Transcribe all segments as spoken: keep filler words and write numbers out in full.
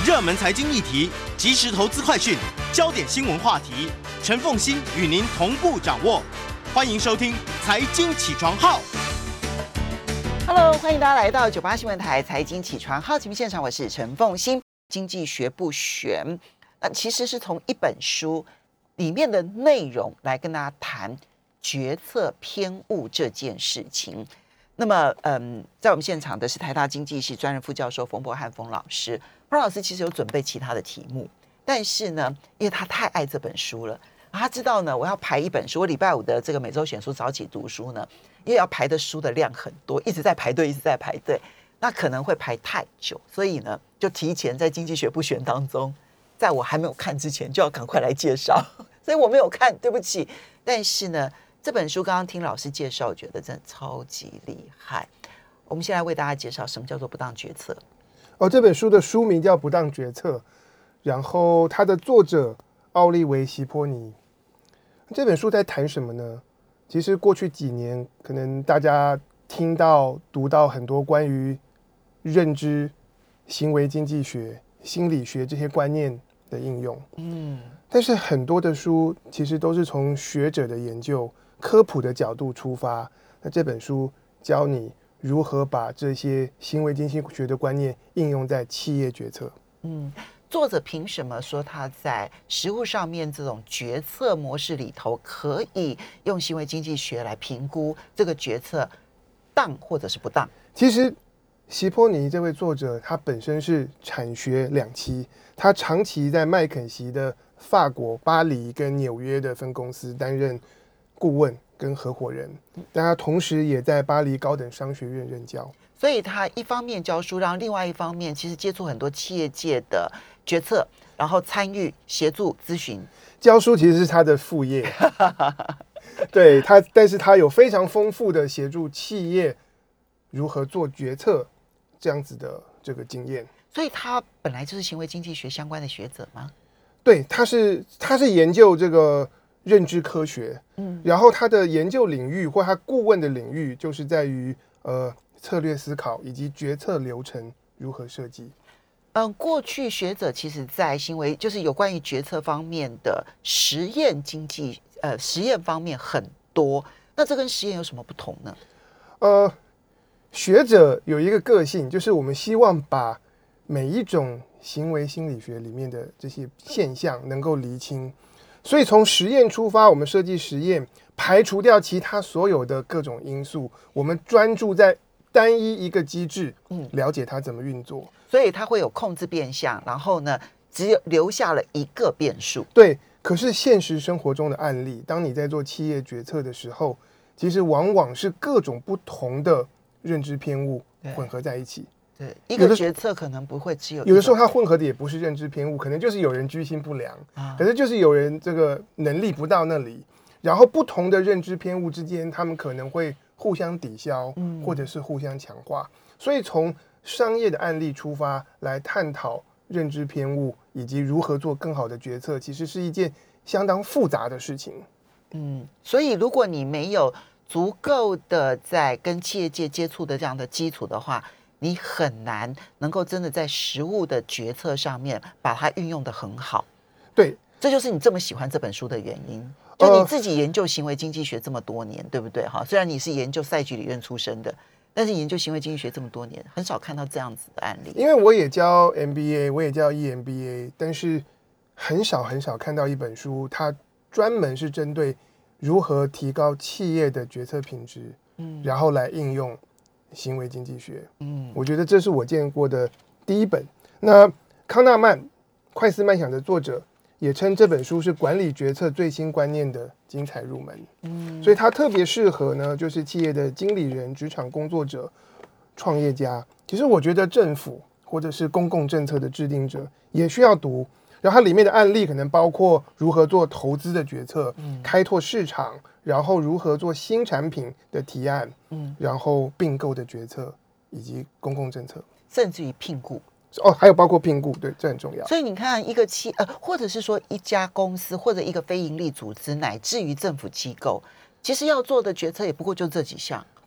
热门财经议题、即时投资快讯、焦点新闻话题，陈凤馨与您同步掌握。欢迎收听《财经起床号》。 Hello， 欢迎大家来到九八新闻台财经起床号节目现场，我是陈凤馨。经济学不玄，那其实是从一本书里面的内容来跟大家谈决策偏误这件事情。那么，嗯，在我们现场的是台大经济系专任副教授冯柏翰冯老师。冯老师其实有准备其他的题目，但是呢，因为他太爱这本书了，他知道呢，我要排一本书，我礼拜五的这个每周选书早起读书呢，因为要排的书的量很多，一直在排队，一直在排队，那可能会排太久，所以呢，就提前在经济学不选当中，在我还没有看之前，就要赶快来介绍，所以我没有看，对不起。但是呢，这本书刚刚听老师介绍，我觉得真的超级厉害。我们现在为大家介绍什么叫做不当决策。 哦，这本书的书名叫《不当决策》，然后它的作者奥利维·席波尼。这本书在谈什么呢？其实过去几年，可能大家听到、读到很多关于认知、行为经济学、心理学这些观念的应用。嗯，但是很多的书其实都是从学者的研究、科普的角度出发。那这本书教你如何把这些行为经济学的观念应用在企业决策？ 嗯，作者凭什么说他在实务上面这种决策模式里头可以用行为经济学来评估这个决策当或者是不当？ 其实，席波尼这位作者他本身是产学两栖，他长期在麦肯锡的法国巴黎跟纽约的分公司担任顾问跟合伙人，但他同时也在巴黎高等商学院任教， 所以他一方面教书，让另外一方面其实接触很多企业界的决策，然后参与、协助、咨询。 教书其实是他的副业，对他，但是他有非常丰富的协助企业如何做决策这样子的这个经验。 所以他本来就是行为经济学相关的学者吗？ 对，他是他是研究这个认知科学，嗯，然后他的研究领域或他顾问的领域就是在于呃策略思考以及决策流程如何设计。 嗯，过去学者其实在行为就是有关于决策方面的实验经济呃实验方面很多，那这跟实验有什么不同呢？ 呃，学者有一个个性，就是我们希望把每一种行为心理学里面的这些现象能够厘清。所以从实验出发，我们设计实验，排除掉其他所有的各种因素，我们专注在单一一个机制，嗯，了解它怎么运作。 所以它会有控制变项，然后呢，只有留下了一个变数。 对，可是现实生活中的案例，当你在做企业决策的时候，其实往往是各种不同的认知偏误混合在一起。 对，一个决策可能不会只有有的时候它混合的也不是认知偏误，可能就是有人居心不良，啊、可是就是有人这个能力不到那里，然后不同的认知偏误之间，他们可能会互相抵消，嗯、或者是互相强化。所以从商业的案例出发来探讨认知偏误以及如何做更好的决策，其实是一件相当复杂的事情。 嗯，所以如果你没有足够的在跟企业界接触的这样的基础的话，你很难能够真的在实务的决策上面把它运用得很好。 对， 这就是你这么喜欢这本书的原因。就你自己研究行为经济学这么多年，对不对？哈，虽然你是研究赛局理论出身的，但是研究行为经济学这么多年，很少看到这样子的案例。 因为我也教 M B A， 我也教 E M B A， 但是很少很少看到一本书，它专门是针对如何提高企业的决策品质，嗯，然后来应用行为经济学。嗯，我觉得这是我见过的第一本。那康纳曼《快思慢想》的作者也称这本书是管理决策最新观念的精彩入门。嗯，所以它特别适合呢，就是企业的经理人、职场工作者、创业家。其实我觉得政府或者是公共政策的制定者也需要读。然后它里面的案例可能包括如何做投资的决策，嗯、开拓市场，然后如何做新产品的提案，嗯、然后并购的决策，以及公共政策， 甚至于聘雇。 哦，还有包括聘雇，对，这很重要。 所以你看，一个企呃，或者是说一家公司，或者一个非营利组织，乃至于政府机构，其实要做的决策也不过就这几项。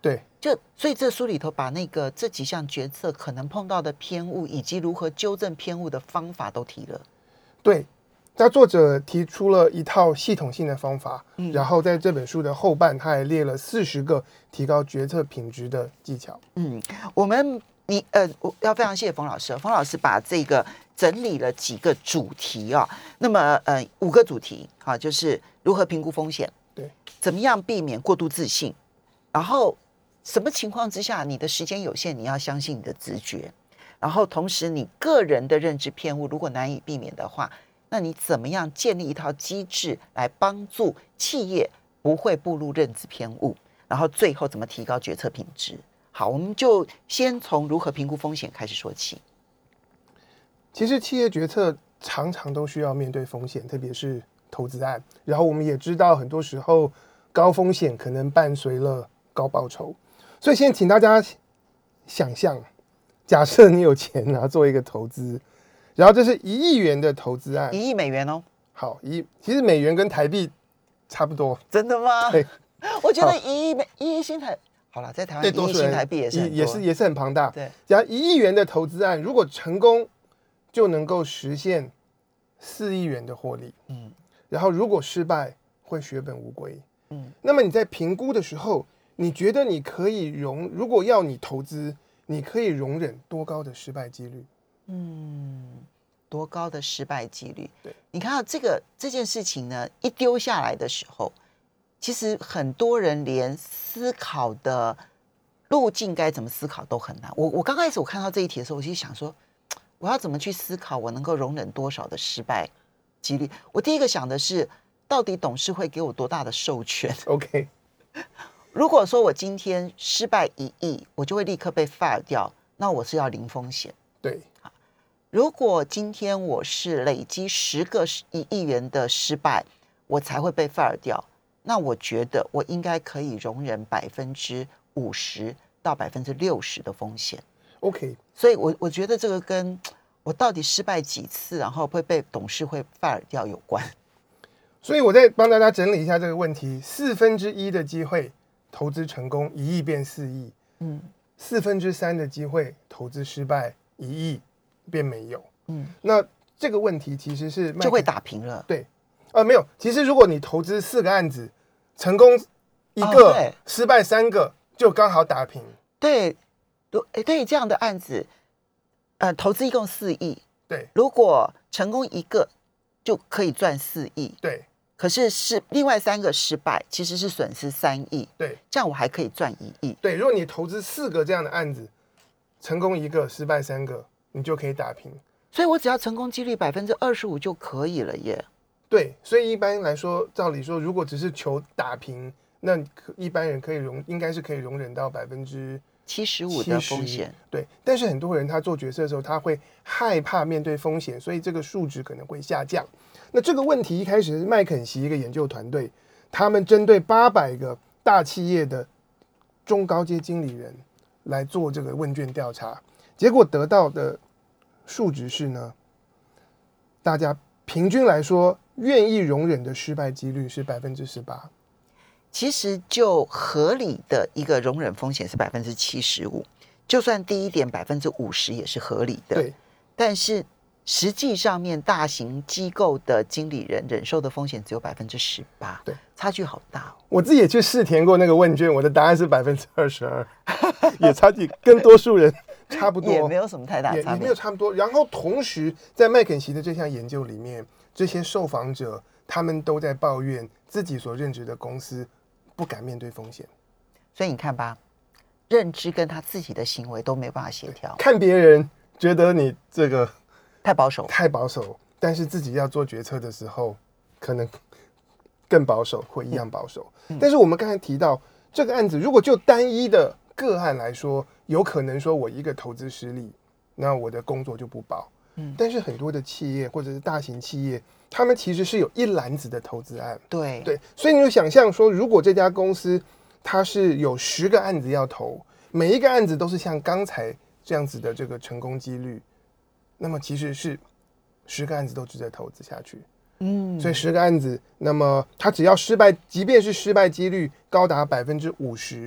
对， 就所以这书里头把那个这几项决策可能碰到的偏误，以及如何纠正偏误的方法都提了。 对，那作者提出了一套系统性的方法， 嗯、 然后在这本书的后半，他还列了四十个提高决策品质的技巧。 嗯，我们你呃，我要非常谢谢冯老师，冯老师把这个整理了几个主题啊，那么呃五个主题啊，就是如何评估风险， 对， 怎么样避免过度自信，然后什么情况之下你的时间有限，你要相信你的直觉，然后同时你个人的认知偏误如果难以避免的话，那你怎么样建立一套机制来帮助企业不会步入认知偏误，然后最后怎么提高决策品质。好，我们就先从如何评估风险开始说起。 其实企业决策常常都需要面对风险，特别是投资案。然后我们也知道，很多时候高风险可能伴随了高报酬。所以现在请大家想象，假设你有钱然后做一个投资，然后这是一亿元的投资案， 一亿美元哦。 好，一其实美元跟台币差不多。 真的吗？ 对， 我觉得一亿美一亿新台。好了，在台湾一亿新台币也是很多也是也是很庞大。 对， 假如一亿元的投资案，如果成功，就能够实现四亿元的获利。嗯，然后如果失败，会血本无归。嗯，那么你在评估的时候，你觉得你可以容，如果要你投资，你可以容忍多高的失败几率？ 嗯，多高的失败几率？ 对， 你看到这个这件事情呢，一丢下来的时候。其实很多人连思考的路径该怎么思考都很难。我我刚开始我看到这一题的时候，我就想说，我要怎么去思考，我能够容忍多少的失败几率？我第一个想的是，到底董事会给我多大的授权 ？OK， 如果说我今天失败一亿，我就会立刻被 fire 掉，那我是要零风险。 对。 如果今天我是累积十个一亿元的失败，我才会被 fire 掉。那我觉得我应该可以容忍百分之五十到百分之六十的风险。 OK， 所以我我觉得这个跟我到底失败几次，然后会被董事会 fire 掉有关。 所以我再帮大家整理一下这个问题：四分之一的机会投资成功，一亿变四亿；嗯，四分之三的机会投资失败，一亿变没有。嗯，那这个问题其实是就会打平了。 对。呃，没有。其实，如果你投资四个案子，成功一个， 哦、 失败三个，就刚好打平。 对，对，这样的案子，呃，投资一共四亿。 对， 如果成功一个，就可以赚四亿。 对， 可是是另外三个失败，其实是损失三亿。 对， 这样我还可以赚一亿。 对，如果你投资四个这样的案子，成功一个，失败三个，你就可以打平。 所以我只要成功几率百分之二十五就可以了耶。 对，所以一般来说，照理说，如果只是求打平，那一般人可以容，应该是可以容忍到百分之七十五的风险。 对，但是很多人他做决策的时候，他会害怕面对风险，所以这个数值可能会下降。那这个问题一开始是麦肯锡一个研究团队，他们针对八百个大企业的中高阶经理人来做这个问卷调查，结果得到的数值是呢，大家平均来说，愿意容忍的失败几率是百分之十八。 其实就合理的一个容忍风险是百分之七十五，就算低一点百分之五十也是合理的。 对， 但是实际上面大型机构的经理人忍受的风险只有百分之十八， 对， 差距好大哦。 我自己也去试填过那个问卷，我的答案是百分之二十二，也差距跟多数人差不多， 也没有什么太大差别， 也没有差不多。然后同时，在麦肯锡的这项研究里面，这些受访者他们都在抱怨自己所任职的公司不敢面对风险。 所以你看吧，认知跟他自己的行为都没有办法协调。 看别人觉得你这个太保守， 太保守，但是自己要做决策的时候，可能更保守，或一样保守。嗯、但是我们刚才提到这个案子，如果就单一的个案来说，有可能说我一个投资失利，那我的工作就不保。嗯，但是很多的企业或者是大型企业，他们其实是有一篮子的投资案。 对对，所以你就想象说，如果这家公司它是有十个案子要投，每一个案子都是像刚才这样子的这个成功几率，那么其实是十个案子都值得投资下去。嗯，所以十个案子，那么它只要失败，即便是失败几率高达百分之五十，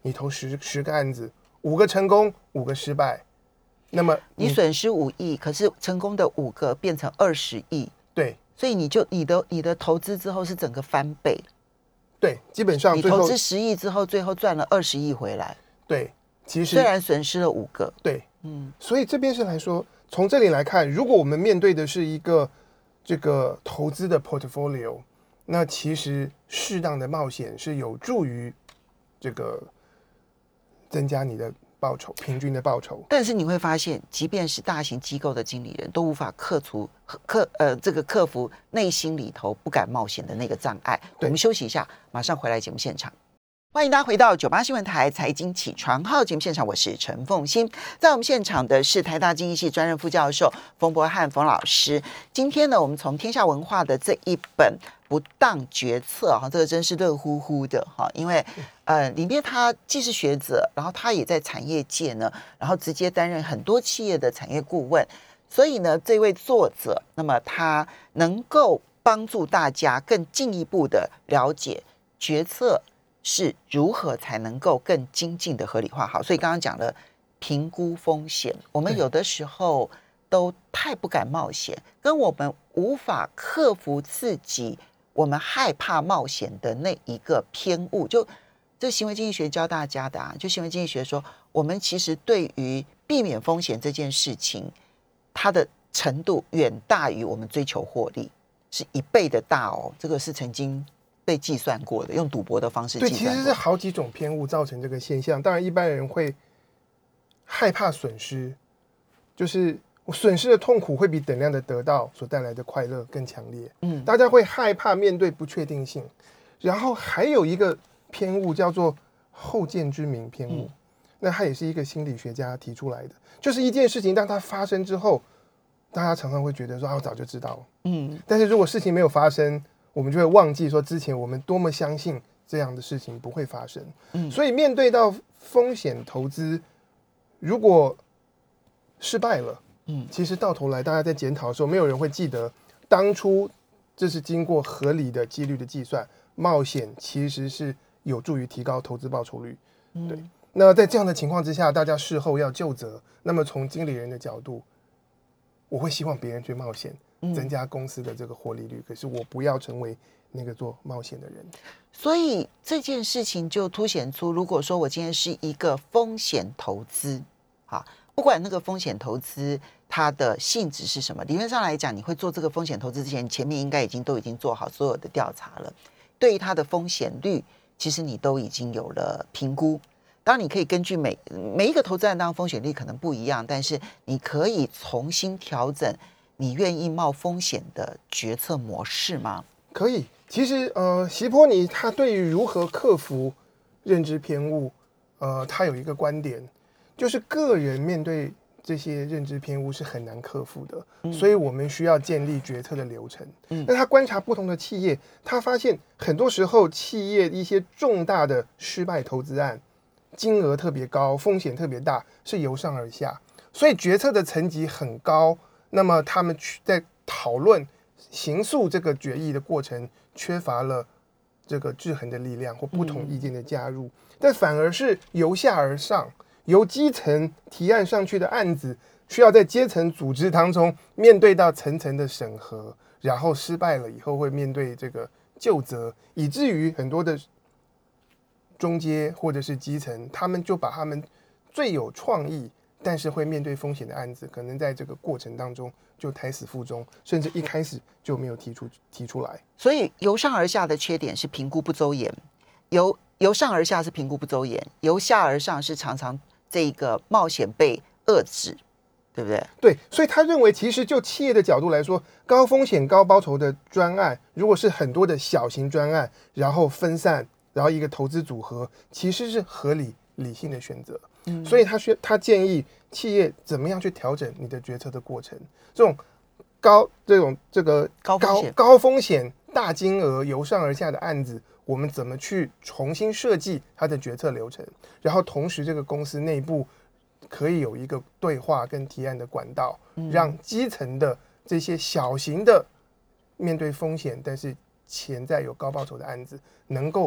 你投十十个案子，五个成功，五个失败，那么你损失五亿，可是成功的五个变成二十亿， 对， 所以你就你的你的投资之后是整个翻倍， 对，基本上你投资十亿之后，最后赚了二十亿回来， 对，其实虽然损失了五个， 对， 嗯， 所以这边是来说，从这里来看，如果我们面对的是一个这个投资的 portfolio， 那其实适当的冒险是有助于这个增加你的报酬，平均的报酬。 但是你会发现，即便是大型机构的经理人都无法克除克呃这个克服内心里头不敢冒险的那个障碍。我们休息一下，马上回来节目现场。欢迎大家回到九八新闻台财经起床号节目现场，我是陈凤馨。在我们现场的是台大经济系专任副教授冯博翰冯老师。今天呢，我们从天下文化的这一本不当决策哈，这个真是热乎乎的哈，因为呃里面他既是学者，然后他也在产业界呢，然后直接担任很多企业的产业顾问，所以呢，这位作者那么他能够帮助大家更进一步的了解决策是如何才能够更精进的合理化。好，所以刚刚讲了评估风险，我们有的时候都太不敢冒险，跟我们无法克服自己我们害怕冒险的那一个偏误，就这行为经济学教大家的啊，就行为经济学说，我们其实对于避免风险这件事情，它的程度远大于我们追求获利，是一倍的大哦，这个是曾经被计算过的，用赌博的方式计算过。 对，其实是好几种偏误造成这个现象。当然，一般人会害怕损失，就是我损失的痛苦会比等量的得到所带来的快乐更强烈。嗯，大家会害怕面对不确定性。然后还有一个偏误叫做后见之明偏误，嗯、那它也是一个心理学家提出来的，就是一件事情当它发生之后，大家常常会觉得说啊，我早就知道了。嗯，但是如果事情没有发生，我们就会忘记说之前我们多么相信这样的事情不会发生。嗯，所以面对到风险投资，如果失败了，嗯，其实到头来大家在检讨的时候，没有人会记得当初这是经过合理的几率的计算，冒险其实是有助于提高投资报酬率。嗯，对。那在这样的情况之下，大家事后要究责。那么从经理人的角度，我会希望别人去冒险，增加公司的这个获利率，可是我不要成为那个做冒险的人。 所以这件事情就凸显出，如果说我今天是一个风险投资，好，不管那个风险投资它的性质是什么，理论上来讲，你会做这个风险投资之前，前面应该已经都已经做好所有的调查了，对于它的风险率，其实你都已经有了评估。当然，你可以根据每每一个投资案，当然风险率可能不一样，但是你可以重新调整你愿意冒风险的决策模式吗？ 可以。其实，呃，席波尼他对于如何克服认知偏误，呃，他有一个观点，就是个人面对这些认知偏误是很难克服的，嗯、所以我们需要建立决策的流程。嗯，那他观察不同的企业，他发现很多时候企业一些重大的失败投资案，金额特别高，风险特别大，是由上而下，所以决策的层级很高。那么他们在讨论形塑这个决议的过程，缺乏了这个制衡的力量或不同意见的加入，嗯、但反而是由下而上，由基层提案上去的案子，需要在阶层组织当中面对到层层的审核，然后失败了以后会面对这个究责，以至于很多的中阶或者是基层，他们就把他们最有创意但是会面对风险的案子，可能在这个过程当中就胎死腹中，甚至一开始就没有提出提出来。 所以由上而下的缺点是评估不周延，由由上而下是评估不周延，由下而上是常常这个冒险被遏制，对不对？ 对，所以他认为，其实就企业的角度来说，高风险高报酬的专案，如果是很多的小型专案，然后分散，然后一个投资组合，其实是合理理性的选择。嗯，所以他需他建议企业怎么样去调整你的决策的过程，这种高这种这个高风险高风险大金额由上而下的案子，我们怎么去重新设计它的决策流程，然后同时这个公司内部可以有一个对话跟提案的管道，嗯、让基层的这些小型的面对风险但是潜在有高报酬的案子能够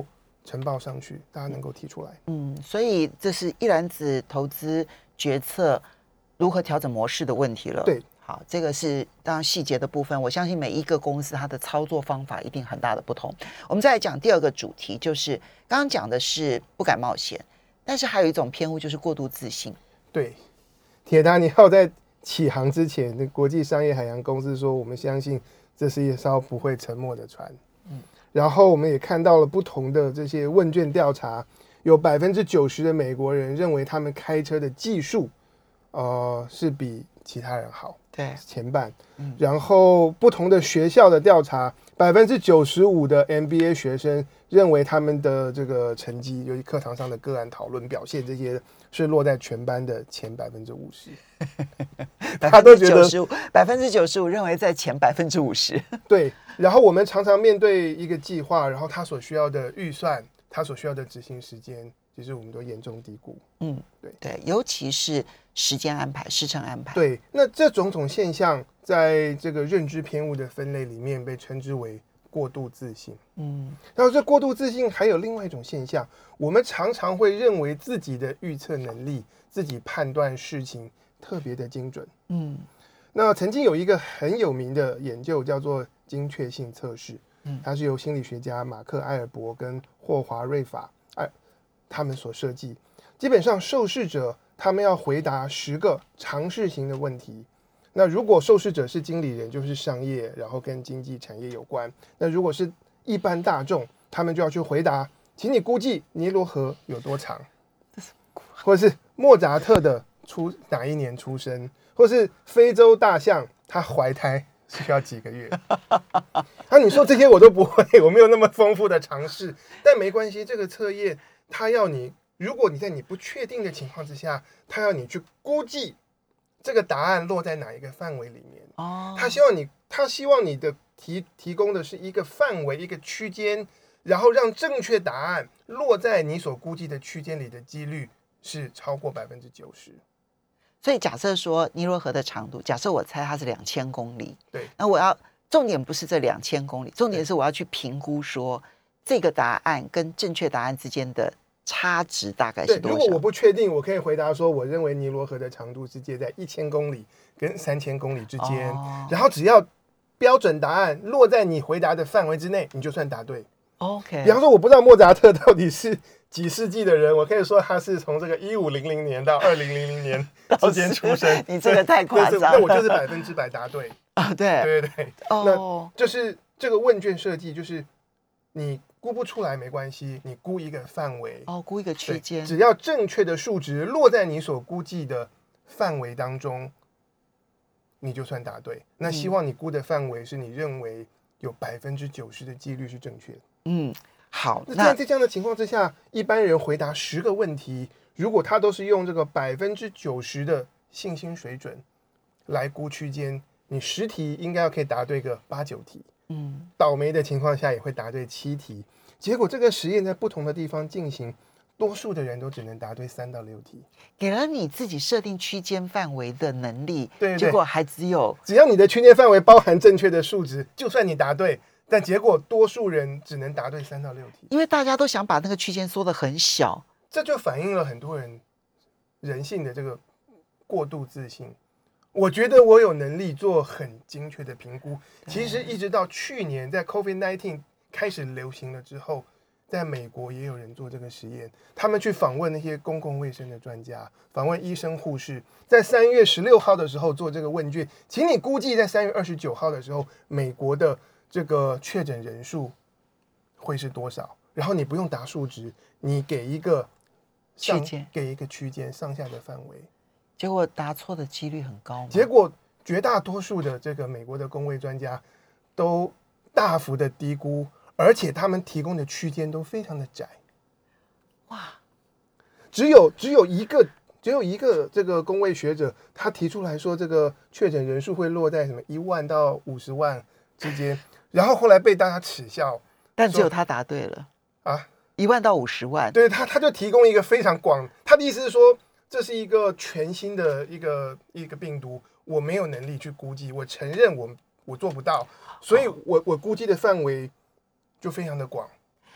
呈报上去，大家能够提出来。 嗯，所以这是一篮子投资决策如何调整模式的问题了。 对， 好，这个是当然细节的部分，我相信每一个公司它的操作方法一定很大的不同。我们再来讲第二个主题，就是刚刚讲的是不敢冒险，但是还有一种偏误就是过度自信。 对，铁达尼号在起航之前，那国际商业海洋公司说，我们相信这是一艘不会沉没的船。嗯，然后我们也看到了不同的这些问卷调查，有百分之九十的美国人认为他们开车的技术，呃，是比其他人好。 对， 前半。嗯，然后不同的学校的调查，百分之九十五的 M B A 学生认为他们的这个成绩，尤其课堂上的个案讨论表现这些，是落在全班的前百分之五十。他都觉得百分之九十五认为在前百分之五十。 对，然后我们常常面对一个计划，然后他所需要的预算，他所需要的执行时间，其实我们都严重低估。 嗯，对对，尤其是时间安排、时程安排。 对，那这种种现象，在这个认知偏误的分类里面被称之为过度自信。嗯，然后这过度自信还有另外一种现象，我们常常会认为自己的预测能力、自己判断事情特别的精准。嗯，那曾经有一个很有名的研究叫做精确性测试，嗯，它是由心理学家马克·埃尔伯跟霍华·瑞法哎他们所设计。基本上受试者他们要回答十个常识型的问题。那如果受试者是经理人，就是商业，然后跟经济产业有关。那如果是一般大众，他们就要去回答，请你估计尼罗河有多长，或者是莫扎特的出哪一年出生，或是非洲大象它怀胎需要几个月。那、啊、你说这些我都不会，我没有那么丰富的常识，但没关系，这个测验它要你，如果你在你不确定的情况之下，它要你去估计这个答案落在哪一个范围里面。哦，他希望你，他希望你的提提供的是一个范围，一个区间，然后让正确答案落在你所估计的区间里的几率是超过百分之九十。 所以假设说尼罗河的长度，假设我猜它是两千公里， 对， 那我要重点不是这两千公里，重点是我要去评估说这个答案跟正确答案之间的差值大概是多少？ 如果我不确定，我可以回答说，我认为尼罗河的长度是介在一千公里跟三千公里之间，哦，然后只要标准答案落在你回答的范围之内，你就算答对。 OK， 比方说，我不知道莫扎特到底是几世纪的人，我可以说他是从这个一五零零年到二零零零年之间出生。 你这个太夸张了， 那我就是百分之百答对啊！对对对对，哦，那就是这个问卷设计，就是你估不出来没关系，你估一个范围， 哦，估一个区间， 只要正确的数值落在你所估计的范围当中，你就算答对。那希望你估的范围是你认为有百分之九十的几率是正确的。嗯， 好。 那在这样的情况之下，一般人回答十个问题，如果他都是用这个百分之九十的信心水准来估区间，你十题应该要可以答对个八九题。嗯，倒霉的情况下也会答对七题。结果这个实验在不同的地方进行，多数的人都只能答对三到六题， 给了你自己设定区间范围的能力， 对对对， 结果还只有只要你的区间范围包含正确的数值，就算你答对，但结果多数人只能答对三到六题， 因为大家都想把那个区间缩得很小， 这就反映了很多人人性的这个过度自信。我觉得我有能力做很精确的评估，其实一直到去年在 COVID 十九 开始流行了之后，在美国也有人做这个实验，他们去访问那些公共卫生的专家，访问医生护士，在三月十六号的时候做这个问卷，请你估计在三月二十九号的时候，美国的这个确诊人数会是多少？然后你不用答数值，你给一个区间， 给一个区间上下的范围， 结果答错的几率很高吗？ 结果绝大多数的这个美国的公卫专家都大幅的低估，而且他们提供的区间都非常的窄。哇！只有只有一个只有一个这个公卫学者，他提出来说，这个确诊人数会落在什么一万到五十万之间，然后后来被大家耻笑。 但只有他答对了啊，一万到五十万。 对他，他就提供一个非常广，他的意思是说，这是一个全新的一个一个病毒，我没有能力去估计，我承认我我做不到，所以我我估计的范围就非常的广。 好，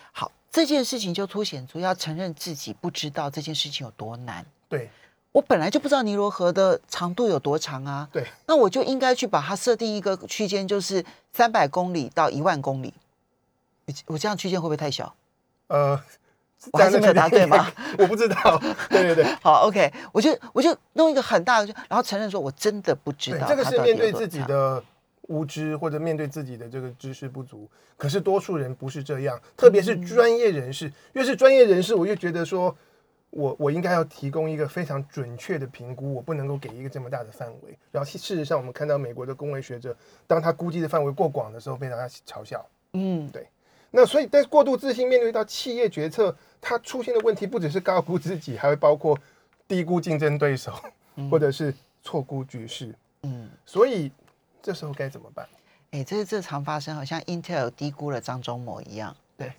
这件事情就凸显出要承认自己不知道这件事情有多难。 对， 我本来就不知道尼罗河的长度有多长啊， 对， 那我就应该去把它设定一个区间，就是三百公里到一万公里。我这样区间会不会太小？ 呃， 我还是没有答对吗？ 我不知道。对对对， 好 ，OK， 我就我就弄一个很大的，然后承认说我真的不知道。 这个是面对自己的无知，或者面对自己的这个知识不足。可是多数人不是这样，特别是专业人士，嗯、越是专业人士，我越觉得说。我我应该要提供一个非常准确的评估，我不能够给一个这么大的范围。然后事实上，我们看到美国的公卫学者，当他估计的范围过广的时候，被大家嘲笑。嗯，对。那所以，在过度自信面对到企业决策，它出现的问题不只是高估自己，还会包括低估竞争对手，嗯、或者是错估局势。嗯，所以这时候该怎么办？ 哎，这是这常发生，好像 Intel 低估了张忠谋一样。 对。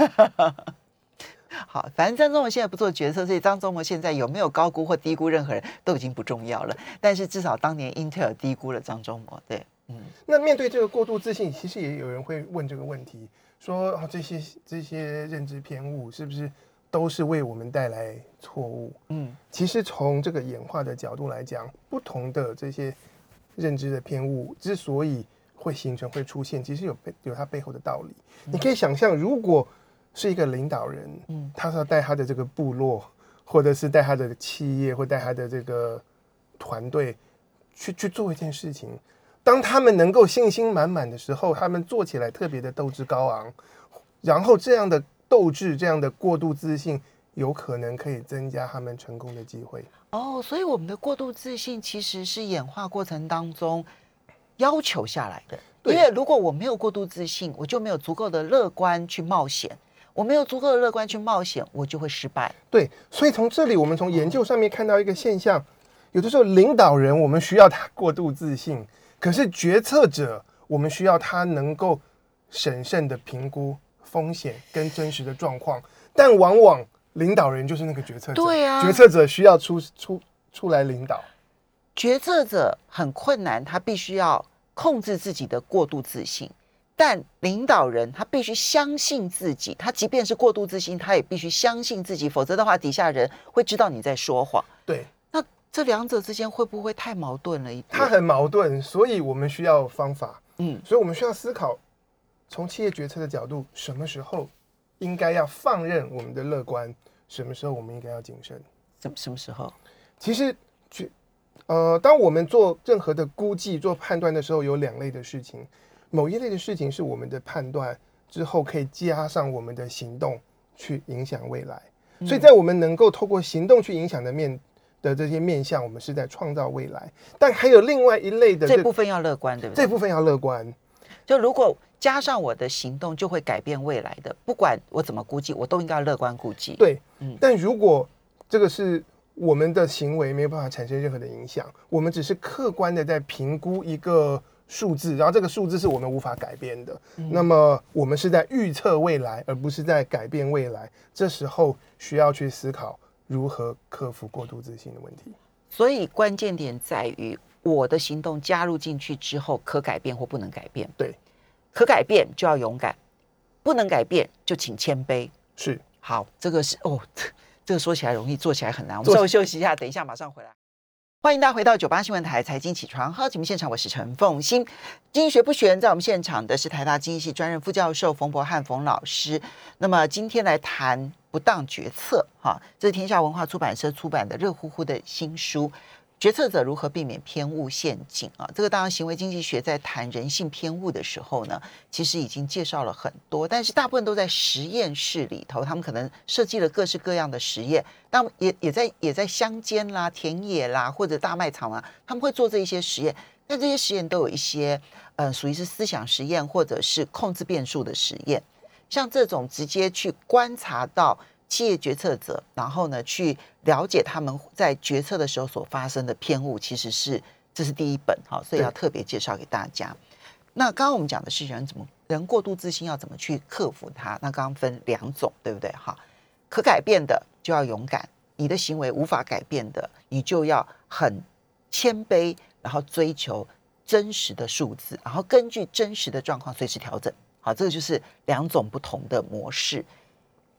好，反正张忠谋现在不做决策，所以张忠谋现在有没有高估或低估任何人都已经不重要了。但是至少当年 Intel 低估了张忠谋，对，嗯。 那面对这个过度自信，其实也有人会问这个问题，说、哦、这些这些认知偏误是不是都是为我们带来错误？嗯，其实从这个演化的角度来讲，不同的这些认知的偏误之所以会形成、会出现，其实有有它背后的道理。嗯、你可以想象，如果是一个领导人，嗯，他是要带他的这个部落，或者是带他的企业，或带他的这个团队去去做一件事情。当他们能够信心满满的时候，他们做起来特别的斗志高昂，然后这样的斗志，这样的过度自信，有可能可以增加他们成功的机会。 哦，所以我们的过度自信其实是演化过程当中要求下来的。因为如果我没有过度自信，我就没有足够的乐观去冒险。我没有足够的乐观去冒险，我就会失败。 对，所以从这里我们从研究上面看到一个现象，有的时候领导人我们需要他过度自信，可是决策者我们需要他能够审慎的评估风险跟真实的状况，但往往领导人就是那个决策者， 对啊， 决策者需要出出出来领导。 决策者很困难，他必须要控制自己的过度自信。但领导人他必须相信自己，他即便是过度自信，他也必须相信自己，否则的话，底下人会知道你在说谎。 对， 那这两者之间会不会太矛盾了一点？ 它很矛盾，所以我们需要方法。嗯，所以我们需要思考，从企业决策的角度，什么时候应该要放任我们的乐观，什么时候我们应该要谨慎？ 什什么时候？ 其实，呃，当我们做任何的估计、做判断的时候，有两类的事情。某一类的事情是我们的判断之后可以加上我们的行动去影响未来，嗯、所以在我们能够透过行动去影响的面的这些面向，我们是在创造未来。但还有另外一类的这, 这部分要乐观，对不对？ 这部分要乐观。 就如果加上我的行动，就会改变未来的。不管我怎么估计，我都应该要乐观估计。 对，嗯。但如果这个是我们的行为没有办法产生任何的影响，我们只是客观的在评估一个数字，然后这个数字是我们无法改变的，嗯、那么我们是在预测未来，而不是在改变未来。这时候需要去思考如何克服过度自信的问题。 所以关键点在于我的行动加入进去之后，可改变或不能改变。 对， 可改变就要勇敢，不能改变就请谦卑。 是， 好，这个是哦，这个说起来容易，做起来很难。我们稍微休息一下，等一下马上回来。欢迎大家回到九八新闻台财经起床号节目现场，我是陈凤馨。经济学不悬，在我们现场的是台大经济系专任副教授冯博翰冯老师。那么今天来谈不当决策，哈，这是天下文化出版社出版的热乎乎的新书。决策者如何避免偏误陷阱啊？这个当然，行为经济学在谈人性偏误的时候呢，其实已经介绍了很多，但是大部分都在实验室里头，他们可能设计了各式各样的实验，但也也在也在乡间啦、田野啦或者大卖场啦，他们会做这一些实验，但这些实验都有一些呃属于是思想实验或者是控制变数的实验，像这种直接去观察到企业决策者，然后呢，去了解他们在决策的时候所发生的偏误，其实是这是第一本，好，所以要特别介绍给大家。那刚刚我们讲的是人怎么人过度自信要怎么去克服它，那刚刚分两种，对不对？哈，可改变的就要勇敢，你的行为无法改变的，你就要很谦卑，然后追求真实的数字，然后根据真实的状况随时调整。好，这个就是两种不同的模式。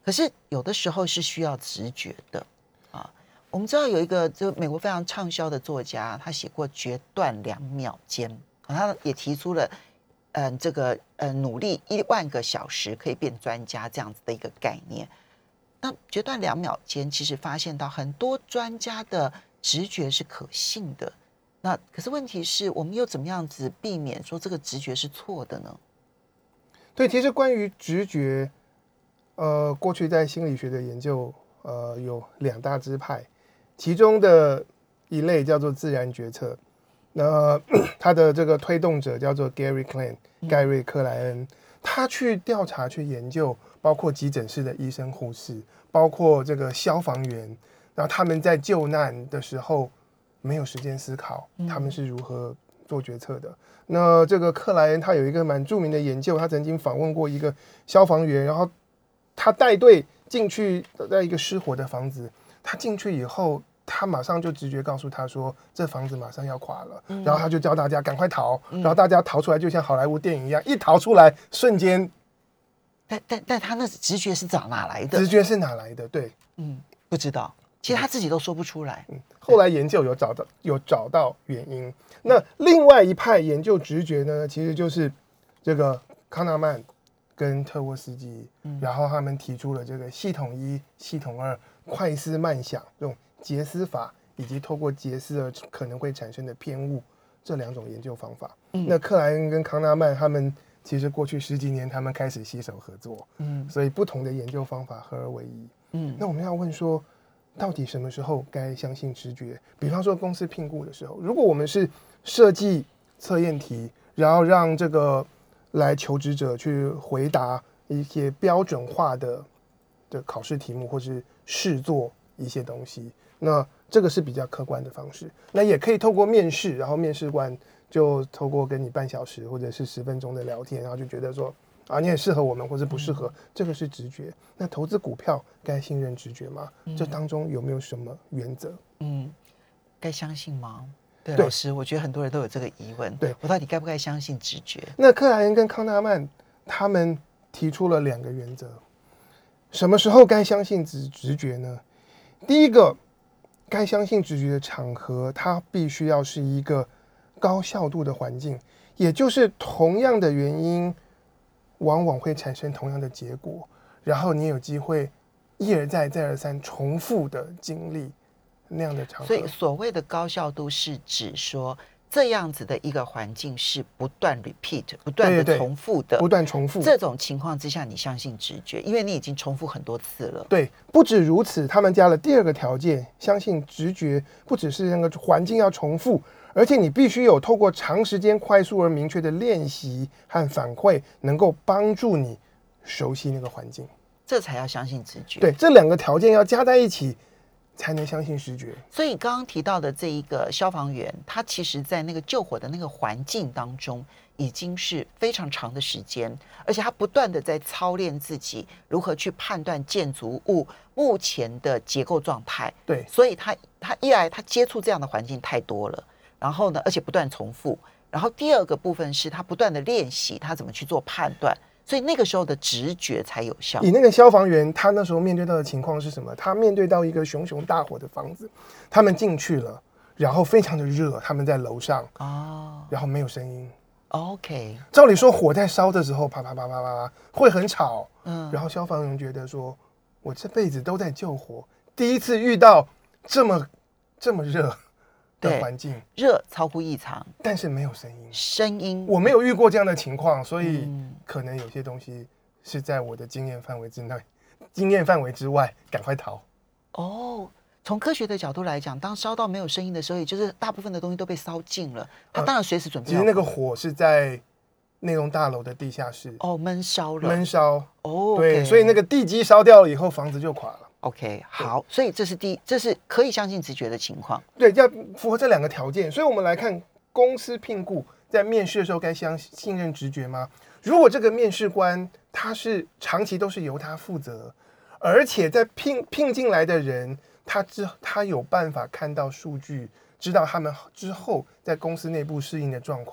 可是有的时候是需要直觉的啊。我们知道有一个就美国非常畅销的作家，他写过《决断两秒间》，他也提出了嗯、呃、这个呃努力一万个小时可以变专家这样子的一个概念。那决断两秒间，其实发现到很多专家的直觉是可信的。那可是问题是我们又怎么样子避免说这个直觉是错的呢？ 对，其实关于直觉，呃，过去在心理学的研究，呃，有两大支派，其中的一类叫做自然决策，那他的这个推动者叫做 Gary Klein 盖瑞克莱恩，他去调查去研究，包括急诊室的医生护士，包括这个消防员，然后他们在救难的时候没有时间思考，他们是如何做决策的。那这个克莱恩他有一个蛮著名的研究，他曾经访问过一个消防员，然后他带队进去在一个失火的房子，他进去以后，他马上就直觉告诉他说这房子马上要垮了，嗯、然后他就叫大家赶快逃，嗯、然后大家逃出来就像好莱坞电影一样，一逃出来瞬间， 但但但他那直觉是找哪来的？ 直觉是哪来的？对， 嗯，不知道。其实他自己都说不出来。 嗯，后来研究有找到有找到原因。那另外一派研究直觉呢，其实就是这个康纳曼跟特沃斯基，嗯、然后他们提出了这个系统一、系统二、快思慢想这种捷思法，以及透过捷思而可能会产生的偏误这两种研究方法。嗯、那克莱恩跟康纳曼他们其实过去十几年他们开始携手合作，嗯，所以不同的研究方法合而为一。嗯，那我们要问说，到底什么时候该相信直觉？比方说公司聘雇的时候，如果我们是设计测验题，然后让这个来求职者去回答一些标准化的的考试题目，或是试做一些东西，那这个是比较客观的方式。那也可以透过面试，然后面试官就透过跟你半小时或者是十分钟的聊天，然后就觉得说啊，你很适合我们，或者不适合，这个是直觉。那投资股票该信任直觉吗？嗯、这当中有没有什么原则？ 嗯，该相信吗？对，老师，我觉得很多人都有这个疑问。对，我到底该不该相信直觉？ 那克莱恩跟康纳曼他们提出了两个原则，什么时候该相信直直觉呢？第一个，该相信直觉的场合，它必须要是一个高效度的环境，也就是同样的原因，往往会产生同样的结果，然后你有机会一而再、再而三重复的经历那样的场合。 所以，所谓的高效度是指说，这样子的一个环境是不断 repeat、不断的重复的， 对对对，不断重复。 这种情况之下，你相信直觉，因为你已经重复很多次了。 对，不止如此，他们加了第二个条件，相信直觉不只是那个环境要重复，而且你必须有透过长时间、快速而明确的练习和反馈，能够帮助你熟悉那个环境， 这才要相信直觉。 对，这两个条件要加在一起，才能相信直觉。 所以刚刚提到的这一个消防员，他其实在那个救火的那个环境当中，已经是非常长的时间，而且他不断的在操练自己如何去判断建筑物目前的结构状态。 对， 所以他他一来他接触这样的环境太多了，然后呢，而且不断重复。然后第二个部分是他不断的练习，他怎么去做判断。所以那个时候的直觉才有效。 以那个消防员，他那时候面对到的情况是什么？他面对到一个熊熊大火的房子，他们进去了，然后非常的热，他们在楼上，哦，然后没有声音。 OK， 照理说火在烧的时候，啪啪啪啪啪啪会很吵，嗯，然后消防员觉得说，我这辈子都在救火，第一次遇到这么这么热的环境， 热超乎异常， 但是没有声音。 声音， 我没有遇过这样的情况，所以可能有些东西是在我的经验范围之内，经验范围之外，赶快逃。 哦，从科学的角度来讲，当烧到没有声音的时候，也就是大部分的东西都被烧尽了，它当然随时准备。 其实那个火是在那栋大楼的地下室， 哦，闷烧了， 闷烧。 哦， 对， okay， 所以那个地基烧掉了以后，房子就垮了。 OK， 好，所以这是第，这是可以相信直觉的情况。 对，要符合这两个条件。所以我们来看公司聘雇在面试的时候该相信任直觉吗？如果这个面试官他是长期都是由他负责，而且在聘聘进来的人，他之他有办法看到数据，知道他们之后在公司内部适应的状况，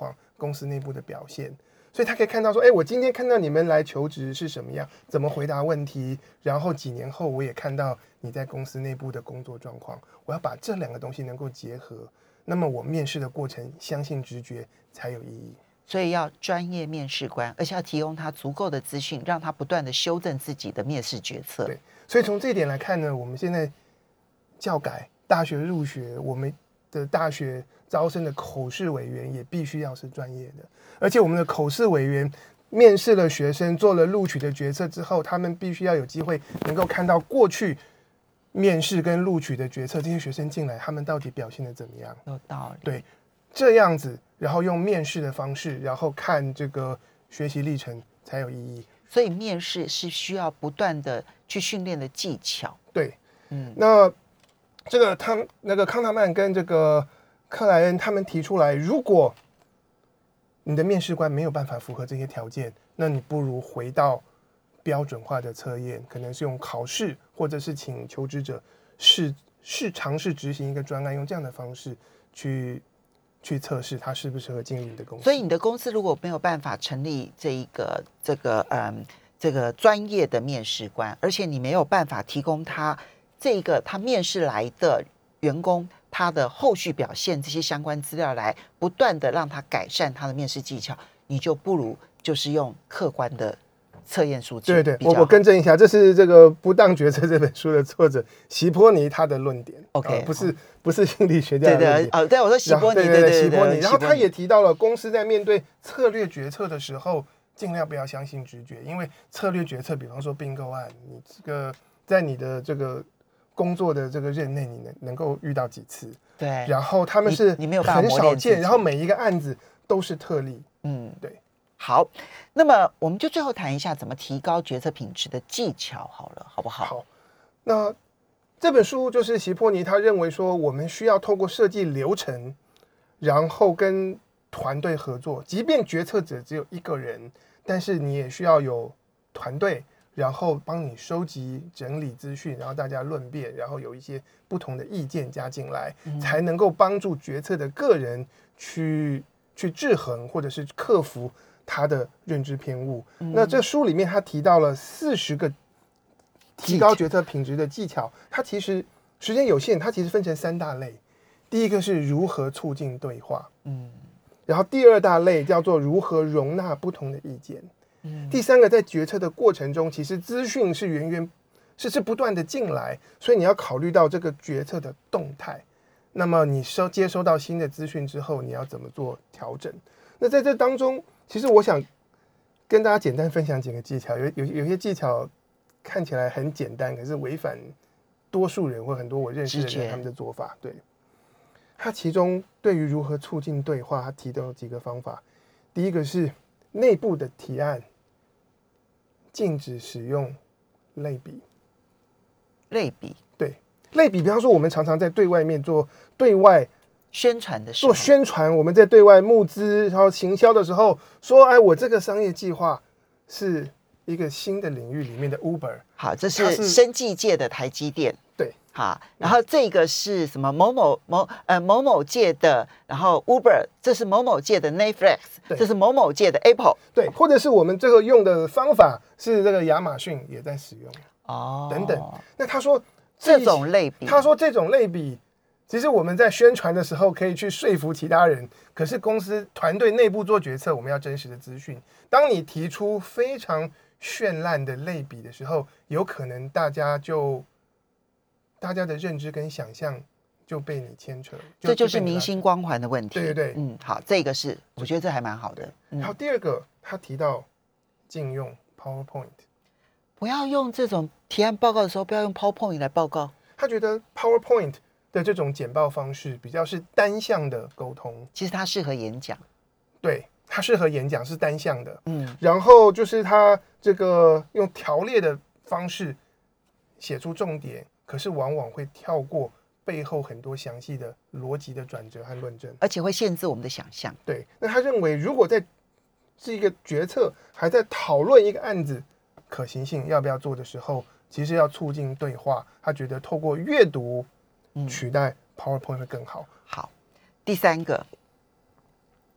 公司内部的表现。所以他可以看到说，哎，我今天看到你们来求职是什么样，怎么回答问题，然后几年后我也看到你在公司内部的工作状况，我要把这两个东西能够结合，那么我面试的过程相信直觉才有意义。 所以要专业面试官，而且要提供他足够的资讯，让他不断的修正自己的面试决策。 对，所以从这一点来看呢，我们现在教改大学入学，我们的大学招生的口试委员也必须要是专业的，而且我们的口试委员面试了学生，做了录取的决策之后，他们必须要有机会能够看到过去面试跟录取的决策，这些学生进来他们到底表现得怎么样？ 有道理。 对，这样子，然后用面试的方式，然后看这个学习历程才有意义。 所以面试是需要不断的去训练的技巧。 对， 嗯， 那这个汤那个康纳曼跟这个克莱恩他们提出来，如果你的面试官没有办法符合这些条件，那你不如回到标准化的测验，可能是用考试，或者是请求职者试试尝试执行一个专案，用这样的方式去去测试他适不适合进入你的公司。 所以你的公司如果没有办法成立这一个这个嗯这个专业的面试官，而且你没有办法提供他这个他面试来的员工他的后续表现这些相关资料，来不断的让他改善他的面试技巧，你就不如就是用客观的测验数据。 对对，我我更正一下，这是这个《不当决策》这本书的作者席波尼他的论点。 OK，、 呃、不是、哦、不是心理学家的论点。 对对哦，对，我说席波尼， 对对对， 对席波尼。然后他也提到了，公司在面对策略决策的时候，尽量不要相信直觉，因为策略决策，比方说并购案，你这个在你的这个工作的这个任内，你能能够遇到几次？ 对。 然后他们是你没有办法很少见，然后每一个案子都是特例。 嗯， 对。 好，那么我们就最后谈一下怎么提高决策品质的技巧，好了，好不好？ 好，那这本书就是席波尼他认为说，我们需要透过设计流程，然后跟团队合作，即便决策者只有一个人，但是你也需要有团队，然后帮你收集整理资讯，然后大家论辩，然后有一些不同的意见加进来，嗯、才能够帮助决策的个人去去制衡或者是克服他的认知偏误。嗯、那这书里面他提到了四十个提高决策品质的技巧，它其实时间有限，它其实分成三大类。第一个是如何促进对话，嗯，然后第二大类叫做如何容纳不同的意见，嗯，第三个在决策的过程中，其实资讯是源源是是不断的进来，所以你要考虑到这个决策的动态。那么你收接收到新的资讯之后，你要怎么做调整？那在这当中，其实我想跟大家简单分享几个技巧。有有有些技巧看起来很简单，可是违反多数人或很多我认识的人他们的做法。对，他其中对于如何促进对话，他提到了几个方法。第一个是内部的提案禁止使用类比。 类比， 对，类比，比方说我们常常在对外面做对外宣传的时候， 做宣传，我们在对外募资，然后行销的时候说，哎，我这个商业计划是一个新的领域里面的 Uber。 好，这是生技界的台积电。 对， 好，然后这个是什么某某某呃某某界的，然后 Uber， 这是某某界的 Netflix， 这是某某界的 Apple。 对，或者是我们这个用的方法是这个亚马逊也在使用。 哦， 等等。那他说这种类比， 他说这种类比，其实我们在宣传的时候可以去说服其他人，可是公司团队内部做决策，我们要真实的资讯。当你提出非常绚烂的类比的时候，有可能大家就大家的认知跟想象就被你牵扯， 这就是明星光环的问题。 对对对， 嗯，好，这个是我觉得这还蛮好的。嗯、 然后第二个，他提到禁用 PowerPoint。 不要用这种提案报告的时候，不要用 PowerPoint 来报告。 他觉得 PowerPoint 的这种简报方式比较是单向的沟通， 其实它适合演讲。 对，它适合演讲是单向的。 嗯， 然后就是他这个用条列的方式写出重点，可是往往会跳过背后很多详细的逻辑的转折和论证， 而且会限制我们的想象。 对，那他认为如果在是一个决策还在讨论一个案子可行性要不要做的时候，其实要促进对话。他觉得透过阅读取代 PowerPoint 会更好。 好，第三个，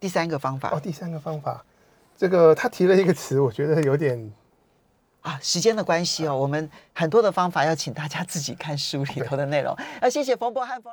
第三个方法哦，第三个方法，这个他提了一个词，我觉得有点啊，时间的关系哦，我们很多的方法要请大家自己看书里头的内容。要谢谢冯博和冯。